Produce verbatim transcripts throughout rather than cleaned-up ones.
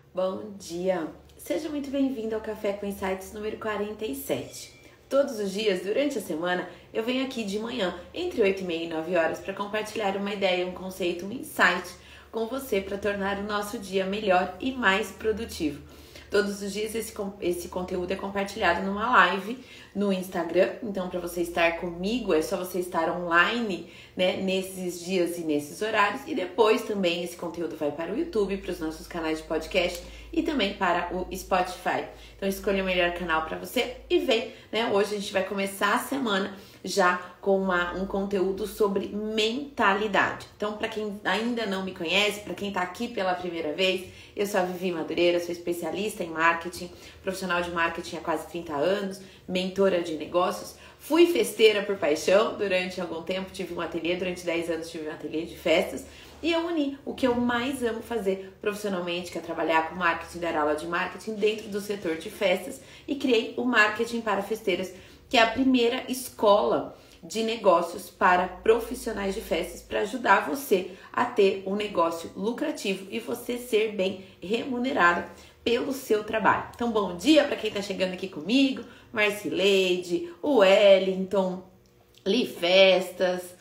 Bom dia! Seja muito bem-vindo ao Café com Insights número quarenta e sete. Todos os dias, durante a semana, eu venho aqui de manhã, entre oito e meia e nove horas, para compartilhar uma ideia, um conceito, um insight com você para tornar o nosso dia melhor e mais produtivo. Todos os dias esse, esse conteúdo é compartilhado numa live no Instagram, então para você estar comigo é só você estar online, né, nesses dias e nesses horários, e depois também esse conteúdo vai para o YouTube, para os nossos canais de podcast e também para o Spotify. Então escolha o melhor canal para você e vem, né? Hoje a gente vai começar a semana já com uma, um conteúdo sobre mentalidade. Então, para quem ainda não me conhece, para quem está aqui pela primeira vez, eu sou a Vivi Madureira, sou especialista em marketing, profissional de marketing há quase trinta anos, mentora de negócios. Fui festeira por paixão durante algum tempo, tive um ateliê, durante dez anos tive um ateliê de festas. E eu uni o que eu mais amo fazer profissionalmente, que é trabalhar com marketing, dar aula de marketing dentro do setor de festas, e criei o Marketing para Festeiras, que é a primeira escola de negócios para profissionais de festas, para ajudar você a ter um negócio lucrativo e você ser bem remunerado pelo seu trabalho. Então, bom dia para quem está chegando aqui comigo, Marcileide, o Wellington, Li Festas,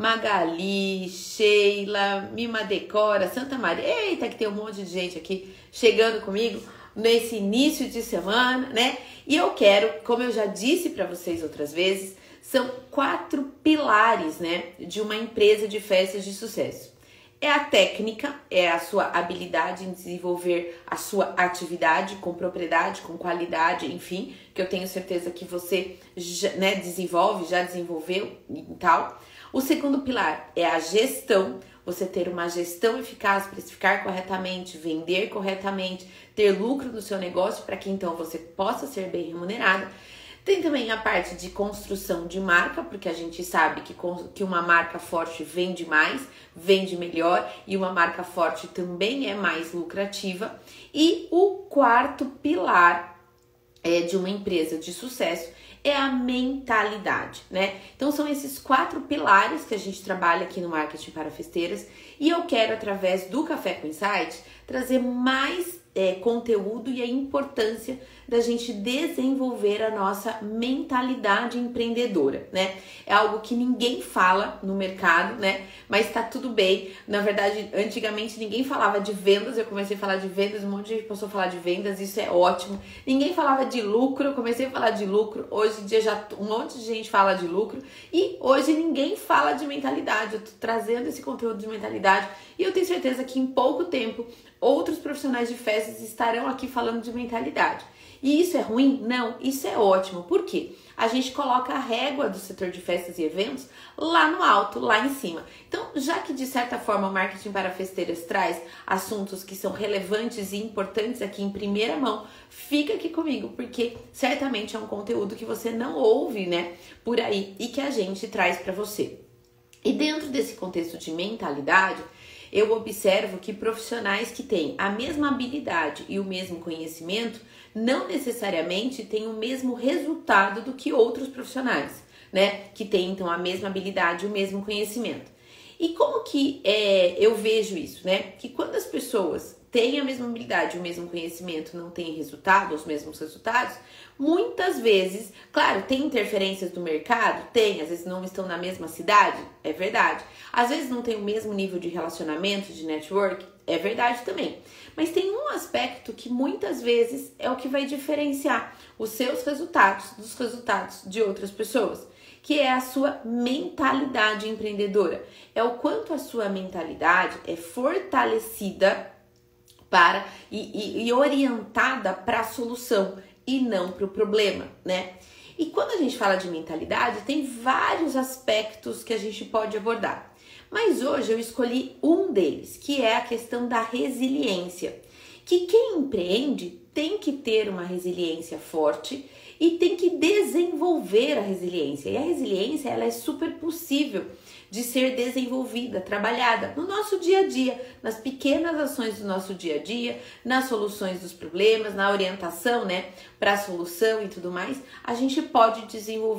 Magali, Sheila, Mima Decora, Santa Maria. Eita, que tem um monte de gente aqui chegando comigo nesse início de semana, né? E eu quero, como eu já disse para vocês outras vezes, são quatro pilares, né, de uma empresa de festas de sucesso. É a técnica, é a sua habilidade em desenvolver a sua atividade com propriedade, com qualidade, enfim, que eu tenho certeza que você já, né, desenvolve, já desenvolveu e tal. O segundo pilar é a gestão, você ter uma gestão eficaz, precificar corretamente, vender corretamente, ter lucro no seu negócio para que então você possa ser bem remunerado. Tem também a parte de construção de marca, porque a gente sabe que, que uma marca forte vende mais, vende melhor, e uma marca forte também é mais lucrativa. E o quarto pilar é, de uma empresa de sucesso é a mentalidade, né? Então são esses quatro pilares que a gente trabalha aqui no Marketing para Festeiras, e eu quero, através do Café com Insight, trazer mais é, conteúdo e a importância da gente desenvolver a nossa mentalidade empreendedora, né? É algo que ninguém fala no mercado, né? Mas tá tudo bem. Na verdade, antigamente ninguém falava de vendas, eu comecei a falar de vendas, um monte de gente passou a falar de vendas, isso é ótimo. Ninguém falava de lucro, eu comecei a falar de lucro, hoje em dia já um monte de gente fala de lucro, e hoje ninguém fala de mentalidade. Eu tô trazendo esse conteúdo de mentalidade e eu tenho certeza que em pouco tempo outros profissionais de festas estarão aqui falando de mentalidade. E isso é ruim? Não, isso é ótimo. Por quê? A gente coloca a régua do setor de festas e eventos lá no alto, lá em cima. Então, já que de certa forma o Marketing para Festeiras traz assuntos que são relevantes e importantes aqui em primeira mão, fica aqui comigo, porque certamente é um conteúdo que você não ouve, né, por aí, e que a gente traz para você. E dentro desse contexto de mentalidade, eu observo que profissionais que têm a mesma habilidade e o mesmo conhecimento não necessariamente têm o mesmo resultado do que outros profissionais, né? Que têm, então, a mesma habilidade e o mesmo conhecimento. E como que é, eu vejo isso, né? Que quando as pessoas têm a mesma habilidade e o mesmo conhecimento, não têm resultado, os mesmos resultados, muitas vezes, claro, tem interferências do mercado? Tem, às vezes não estão na mesma cidade? É verdade. Às vezes não tem o mesmo nível de relacionamento, de network? É verdade também. Mas tem um aspecto que muitas vezes é o que vai diferenciar os seus resultados dos resultados de outras pessoas, que é a sua mentalidade empreendedora. É o quanto a sua mentalidade é fortalecida para e, e, e orientada para a solução e não para o problema, né? E quando a gente fala de mentalidade, tem vários aspectos que a gente pode abordar. Mas hoje eu escolhi um deles, que é a questão da resiliência. Que quem empreende tem que ter uma resiliência forte e tem que desenvolver a resiliência. E a resiliência, ela é super possível de ser desenvolvida, trabalhada no nosso dia a dia, nas pequenas ações do nosso dia a dia, nas soluções dos problemas, na orientação, né, para a solução e tudo mais. A gente pode desenvolver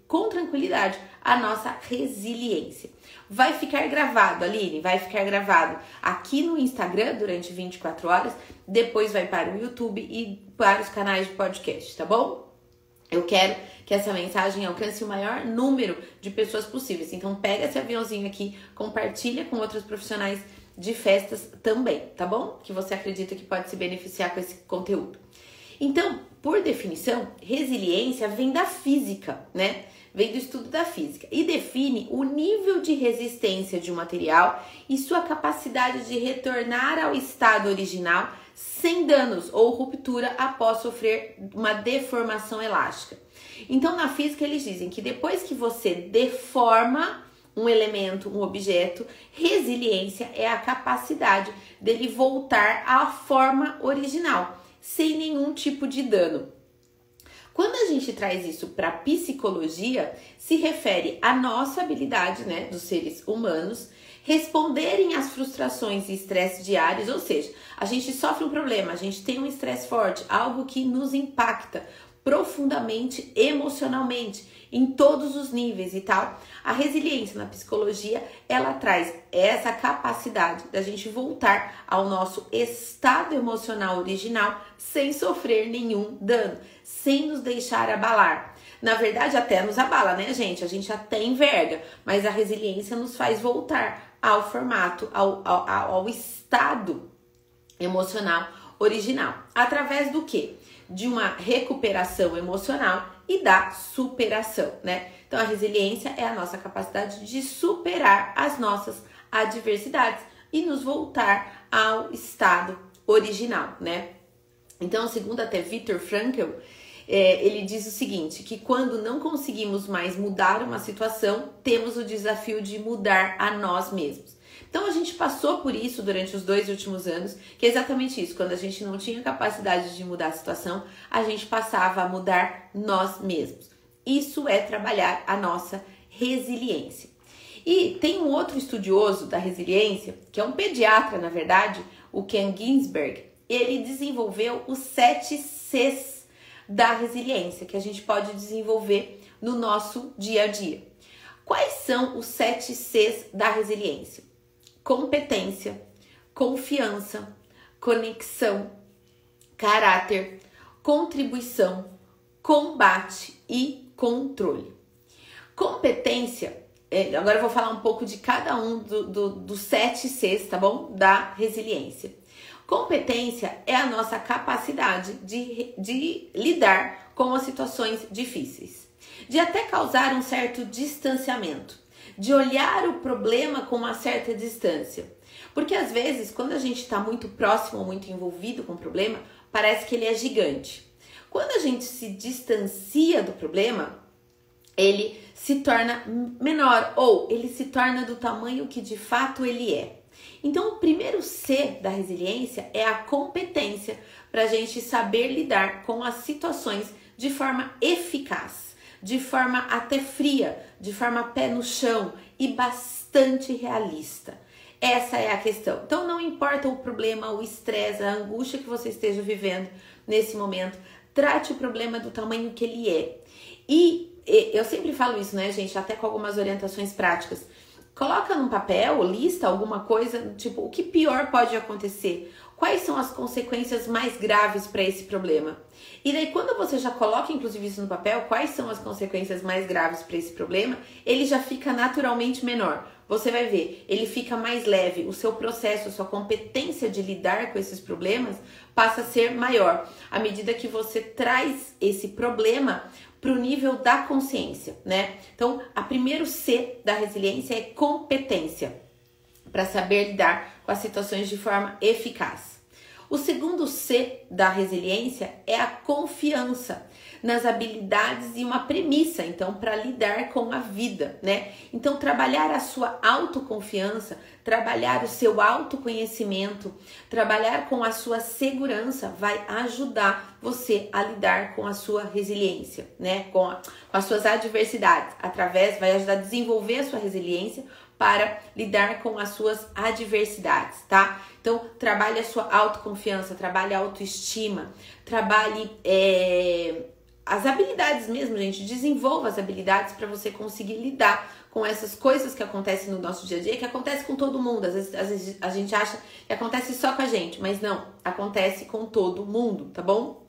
com tranquilidade a nossa resiliência. Vai ficar gravado, Aline, vai ficar gravado aqui no Instagram durante vinte e quatro horas, depois vai para o YouTube e para os canais de podcast, tá bom? Eu quero que essa mensagem alcance o maior número de pessoas possíveis. Então pega esse aviãozinho aqui, compartilha com outros profissionais de festas também, tá bom? Que você acredita que pode se beneficiar com esse conteúdo. Então, por definição, resiliência vem da física, né? Vem do estudo da física e define o nível de resistência de um material e sua capacidade de retornar ao estado original sem danos ou ruptura após sofrer uma deformação elástica. Então, na física, eles dizem que depois que você deforma um elemento, um objeto, resiliência é a capacidade dele voltar à forma original, sem nenhum tipo de dano. Quando a gente traz isso para a psicologia, se refere à nossa habilidade, né, dos seres humanos, responderem às frustrações e estresse diários, ou seja, a gente sofre um problema, a gente tem um estresse forte, algo que nos impacta profundamente emocionalmente, em todos os níveis e tal. A resiliência na psicologia, ela traz essa capacidade da gente voltar ao nosso estado emocional original sem sofrer nenhum dano, sem nos deixar abalar. Na verdade, até nos abala, né, gente? A gente até enverga, mas a resiliência nos faz voltar ao formato, ao, ao, ao estado emocional original. Através do quê? De uma recuperação emocional e da superação, né? Então, a resiliência é a nossa capacidade de superar as nossas adversidades e nos voltar ao estado original, né? Então, segundo até Viktor Frankl, é, ele diz o seguinte, que quando não conseguimos mais mudar uma situação, temos o desafio de mudar a nós mesmos. Então, a gente passou por isso durante os dois últimos anos, que é exatamente isso. Quando a gente não tinha capacidade de mudar a situação, a gente passava a mudar nós mesmos. Isso é trabalhar a nossa resiliência. E tem um outro estudioso da resiliência, que é um pediatra, na verdade, o Ken Ginsberg. Ele desenvolveu os sete Cs da resiliência, que a gente pode desenvolver no nosso dia a dia. Quais são os sete Cs da resiliência? Competência, confiança, conexão, caráter, contribuição, combate e controle. Competência, agora eu vou falar um pouco de cada um do, do, dos sete Cs, tá bom? Da resiliência. Competência é a nossa capacidade de, de lidar com as situações difíceis, de até causar um certo distanciamento, de olhar o problema com uma certa distância. Porque às vezes, quando a gente está muito próximo ou muito envolvido com o problema, parece que ele é gigante. Quando a gente se distancia do problema, ele se torna menor ou ele se torna do tamanho que de fato ele é. Então, o primeiro C da resiliência é a competência para a gente saber lidar com as situações de forma eficaz, de forma até fria, de forma pé no chão e bastante realista. Essa é a questão. Então, não importa o problema, o estresse, a angústia que você esteja vivendo nesse momento, trate o problema do tamanho que ele é. E eu sempre falo isso, né, gente? Até com algumas orientações práticas. Coloca num papel, lista alguma coisa, tipo, o que pior pode acontecer? Quais são as consequências mais graves para esse problema? E daí, quando você já coloca, inclusive, isso no papel, quais são as consequências mais graves para esse problema, ele já fica naturalmente menor. Você vai ver, ele fica mais leve, o seu processo, a sua competência de lidar com esses problemas passa a ser maior, à medida que você traz esse problema para o nível da consciência, né? Então, a primeiro C da resiliência é competência, para saber lidar com as situações de forma eficaz. O segundo C da resiliência é a confiança nas habilidades e uma premissa, então, para lidar com a vida, né? Então, trabalhar a sua autoconfiança, trabalhar o seu autoconhecimento, trabalhar com a sua segurança vai ajudar você a lidar com a sua resiliência, né? Com, a, com as suas adversidades, através, vai ajudar a desenvolver a sua resiliência para lidar com as suas adversidades, tá? Então, trabalhe a sua autoconfiança, trabalhe a autoestima, trabalhe é, as habilidades mesmo, gente. Desenvolva as habilidades para você conseguir lidar com essas coisas que acontecem no nosso dia a dia, que acontece com todo mundo. Às vezes, às vezes a gente acha que acontece só com a gente, mas não, acontece com todo mundo, tá bom?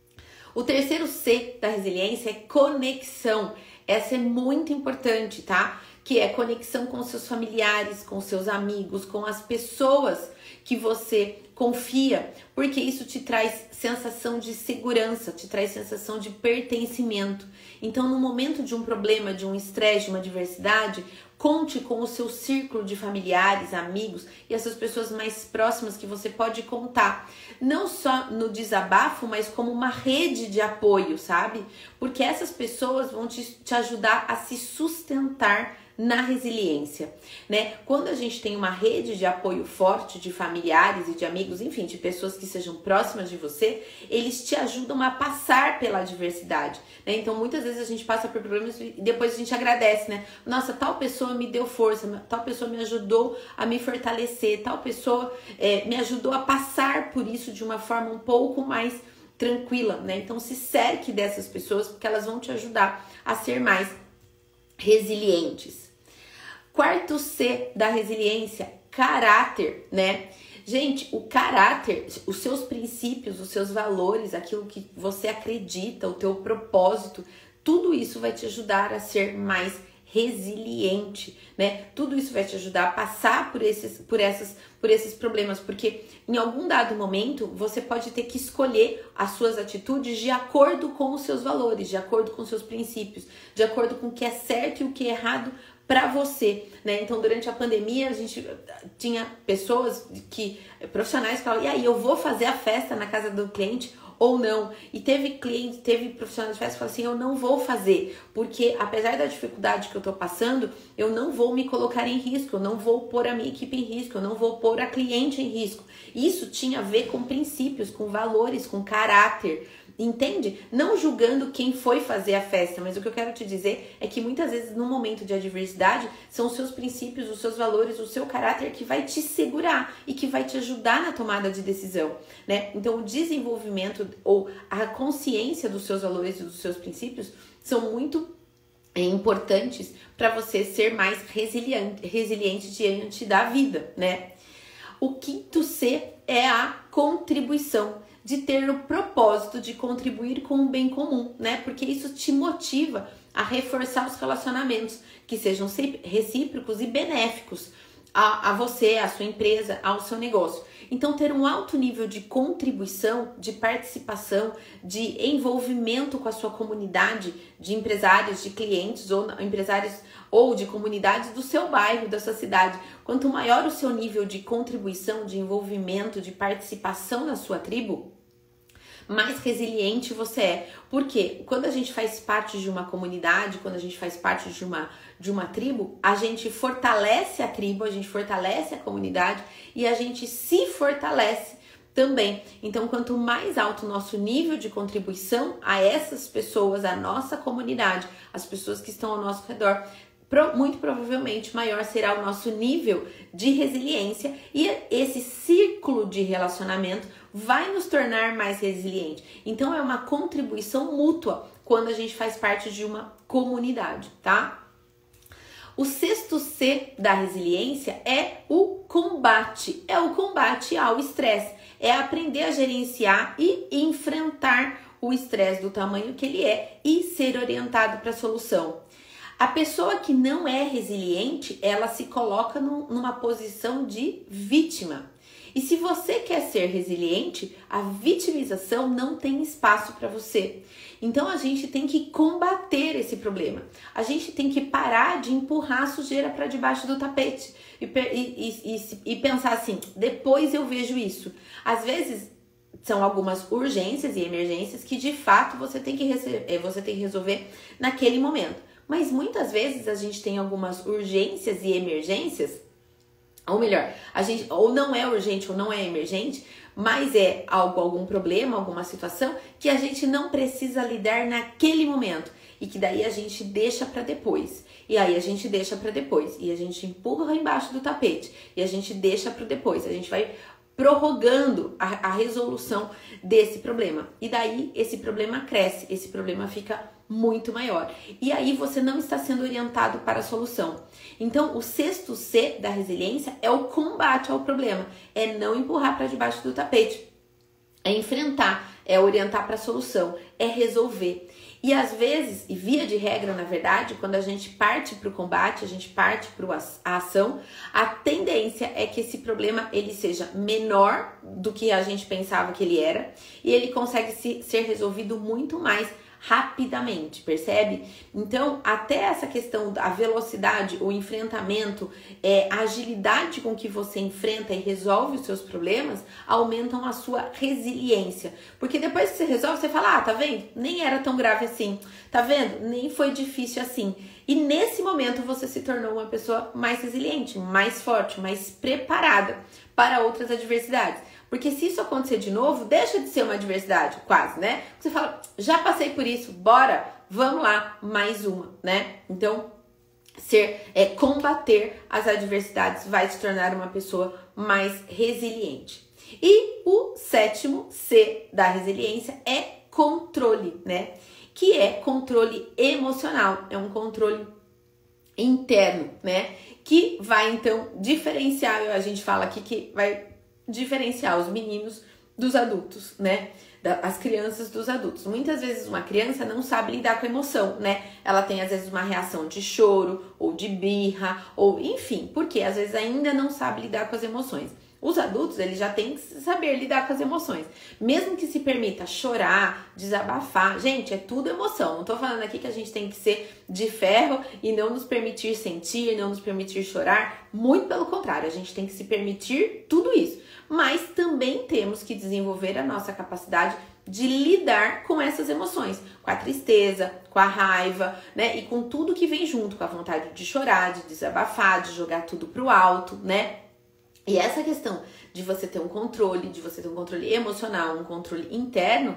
O terceiro C da resiliência é conexão. Essa é muito importante, tá? Que é conexão com seus familiares, com seus amigos, com as pessoas que você confia, porque isso te traz sensação de segurança, te traz sensação de pertencimento. Então, no momento de um problema, de um estresse, de uma adversidade, conte com o seu círculo de familiares, amigos e essas pessoas mais próximas que você pode contar. Não só no desabafo, mas como uma rede de apoio, sabe? Porque essas pessoas vão te, te ajudar a se sustentar na resiliência, né? Quando a gente tem uma rede de apoio forte de familiares e de amigos, enfim, de pessoas que sejam próximas de você, eles te ajudam a passar pela adversidade, né? Então, muitas vezes a gente passa por problemas e depois a gente agradece, né? Nossa, tal pessoa me deu força, tal pessoa me ajudou a me fortalecer, tal pessoa é, me ajudou a passar por isso de uma forma um pouco mais tranquila, né? Então, se cerque dessas pessoas porque elas vão te ajudar a ser mais resilientes. Quarto C da resiliência, caráter, né? Gente, o caráter, os seus princípios, os seus valores, aquilo que você acredita, o teu propósito, tudo isso vai te ajudar a ser mais resiliente, né? Tudo isso vai te ajudar a passar por esses, por essas, por esses problemas, porque em algum dado momento você pode ter que escolher as suas atitudes de acordo com os seus valores, de acordo com os seus princípios, de acordo com o que é certo e o que é errado para você, né? Então, durante a pandemia, a gente tinha pessoas que, profissionais que falavam, e aí, eu vou fazer a festa na casa do cliente ou não? E teve cliente, teve profissionais de festa que falaram assim, eu não vou fazer, porque apesar da dificuldade que eu tô passando, eu não vou me colocar em risco, eu não vou pôr a minha equipe em risco, eu não vou pôr a cliente em risco. Isso tinha a ver com princípios, com valores, com caráter, entende? Não julgando quem foi fazer a festa, mas o que eu quero te dizer é que muitas vezes no momento de adversidade são os seus princípios, os seus valores, o seu caráter que vai te segurar e que vai te ajudar na tomada de decisão, né? Então o desenvolvimento ou a consciência dos seus valores e dos seus princípios são muito importantes para você ser mais resiliente, resiliente diante da vida, né? O quinto C é a contribuição, de ter o propósito de contribuir com o bem comum, né? Porque isso te motiva a reforçar os relacionamentos que sejam recíprocos e benéficos a, a você, à sua empresa, ao seu negócio. Então, ter um alto nível de contribuição, de participação, de envolvimento com a sua comunidade de empresários, de clientes ou empresários ou de comunidades do seu bairro, da sua cidade. Quanto maior o seu nível de contribuição, de envolvimento, de participação na sua tribo, mais resiliente você é. Porque quando a gente faz parte de uma comunidade, quando a gente faz parte de uma, de uma tribo, a gente fortalece a tribo, a gente fortalece a comunidade e a gente se fortalece também. Então, quanto mais alto o nosso nível de contribuição a essas pessoas, a nossa comunidade, as pessoas que estão ao nosso redor, muito provavelmente maior será o nosso nível de resiliência e esse círculo de relacionamento vai nos tornar mais resiliente. Então é uma contribuição mútua quando a gente faz parte de uma comunidade, tá? O sexto C da resiliência é o combate. É o combate ao estresse. É aprender a gerenciar e enfrentar o estresse do tamanho que ele é e ser orientado para a solução. A pessoa que não é resiliente, ela se coloca num, numa posição de vítima. E se você quer ser resiliente, a vitimização não tem espaço para você. Então a gente tem que combater esse problema. A gente tem que parar de empurrar a sujeira para debaixo do tapete e, e, e, e pensar assim, depois eu vejo isso. Às vezes são algumas urgências e emergências que de fato você tem que, você tem que resolver naquele momento. Mas muitas vezes a gente tem algumas urgências e emergências, ou melhor, a gente ou não é urgente ou não é emergente, mas é algo, algum problema, alguma situação que a gente não precisa lidar naquele momento e que daí a gente deixa para depois. E aí a gente deixa para depois e a gente empurra embaixo do tapete e a gente deixa para depois. A gente vai prorrogando a, a resolução desse problema. E daí esse problema cresce, esse problema fica muito maior. E aí você não está sendo orientado para a solução. Então, o sexto C da resiliência é o combate ao problema, é não empurrar para debaixo do tapete, é enfrentar, é orientar para a solução, é resolver. E às vezes, e via de regra, na verdade, quando a gente parte para o combate, a gente parte para a ação, a tendência é que esse problema ele seja menor do que a gente pensava que ele era e ele consegue se, ser resolvido muito mais rapidamente, percebe? Então, até essa questão da velocidade, o enfrentamento, é, a agilidade com que você enfrenta e resolve os seus problemas, aumentam a sua resiliência. Porque depois que você resolve, você fala, ah, tá vendo? Nem era tão grave assim. Tá vendo? Nem foi difícil assim. E nesse momento você se tornou uma pessoa mais resiliente, mais forte, mais preparada para outras adversidades. Porque se isso acontecer de novo, deixa de ser uma adversidade, quase, né? Você fala, já passei por isso, bora, vamos lá, mais uma, né? Então, ser, é, combater as adversidades vai te tornar uma pessoa mais resiliente. E o sétimo C da resiliência é controle, né? Que é controle emocional, é um controle interno, né? Que vai, então, diferenciar, a gente fala aqui que vai diferenciar os meninos dos adultos, né? As crianças dos adultos. Muitas vezes uma criança não sabe lidar com a emoção, né? Ela tem às vezes uma reação de choro ou de birra, ou enfim, porque às vezes ainda não sabe lidar com as emoções. Os adultos, eles já têm que saber lidar com as emoções. Mesmo que se permita chorar, desabafar. Gente, é tudo emoção. Não tô falando aqui que a gente tem que ser de ferro e não nos permitir sentir, não nos permitir chorar. Muito pelo contrário, a gente tem que se permitir tudo isso. Mas também temos que desenvolver a nossa capacidade de lidar com essas emoções, com a tristeza, com a raiva, né? E com tudo que vem junto, com a vontade de chorar, de desabafar, de jogar tudo pro alto, né? E essa questão de você ter um controle, de você ter um controle emocional, um controle interno,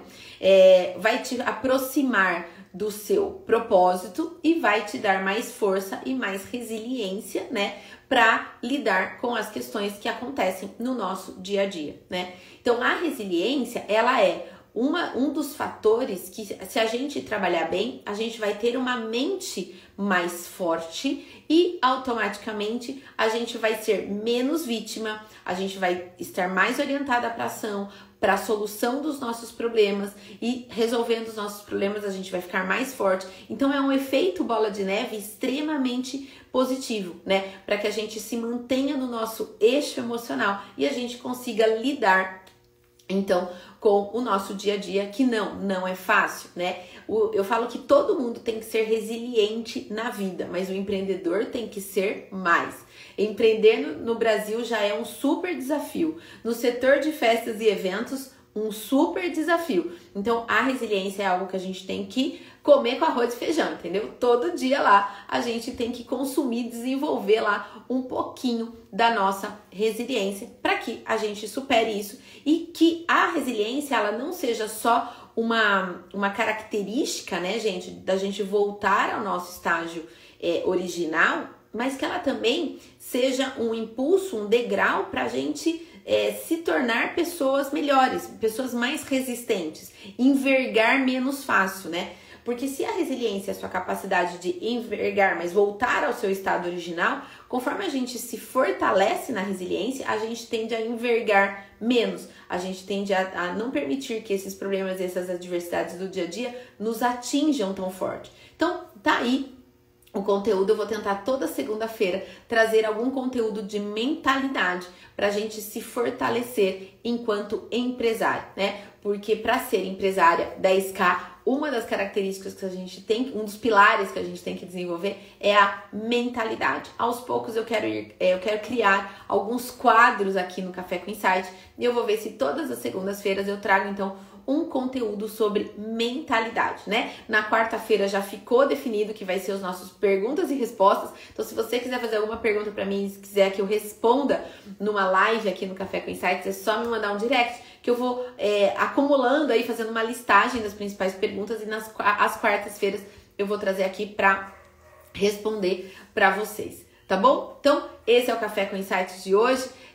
é, vai te aproximar do seu propósito e vai te dar mais força e mais resiliência, né, para lidar com as questões que acontecem no nosso dia a dia, né? Então, a resiliência, ela é Uma, um dos fatores que, se a gente trabalhar bem, a gente vai ter uma mente mais forte e automaticamente a gente vai ser menos vítima, a gente vai estar mais orientada para ação, para a solução dos nossos problemas, e resolvendo os nossos problemas a gente vai ficar mais forte. Então é um efeito bola de neve extremamente positivo, né? Para que a gente se mantenha no nosso eixo emocional e a gente consiga lidar então com o nosso dia a dia, que não, não é fácil, né? O, eu falo que todo mundo tem que ser resiliente na vida, mas o empreendedor tem que ser mais. Empreender no, no Brasil já é um super desafio. No setor de festas e eventos, um super desafio. Então, a resiliência é algo que a gente tem que comer com arroz e feijão, entendeu? Todo dia lá a gente tem que consumir, desenvolver lá um pouquinho da nossa resiliência para que a gente supere isso e que a resiliência ela não seja só uma, uma característica, né, gente, da gente voltar ao nosso estágio é, original, mas que ela também seja um impulso, um degrau para a gente é, se tornar pessoas melhores, pessoas mais resistentes, envergar menos fácil, né? Porque se a resiliência é a sua capacidade de envergar, mas voltar ao seu estado original, conforme a gente se fortalece na resiliência, a gente tende a envergar menos. A gente tende a, a não permitir que esses problemas, essas adversidades do dia a dia nos atinjam tão forte. Então, tá aí o conteúdo. Eu vou tentar toda segunda-feira trazer algum conteúdo de mentalidade para a gente se fortalecer enquanto empresário, né? Porque para ser empresária dez K, uma das características que a gente tem, um dos pilares que a gente tem que desenvolver é a mentalidade. Aos poucos eu quero ir, eu quero criar alguns quadros aqui no Café com Insight e eu vou ver se todas as segundas-feiras eu trago então um conteúdo sobre mentalidade, né? Na quarta-feira já ficou definido que vai ser os nossos perguntas e respostas. Então, se você quiser fazer alguma pergunta para mim, se quiser que eu responda numa live aqui no Café com Insights, é só me mandar um direct que eu vou é, acumulando aí, fazendo uma listagem das principais perguntas e nas as quartas-feiras eu vou trazer aqui para responder para vocês, tá bom? Então, esse é o Café com Insights de hoje.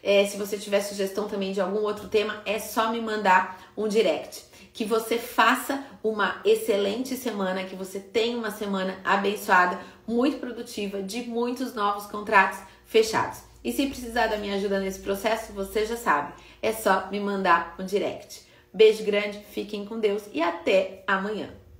É, se você tiver sugestão também de algum outro tema, é só me mandar um direct. Que você faça uma excelente semana, que você tenha uma semana abençoada, muito produtiva, de muitos novos contratos fechados. E se precisar da minha ajuda nesse processo, você já sabe, é só me mandar um direct. Beijo grande, fiquem com Deus e até amanhã.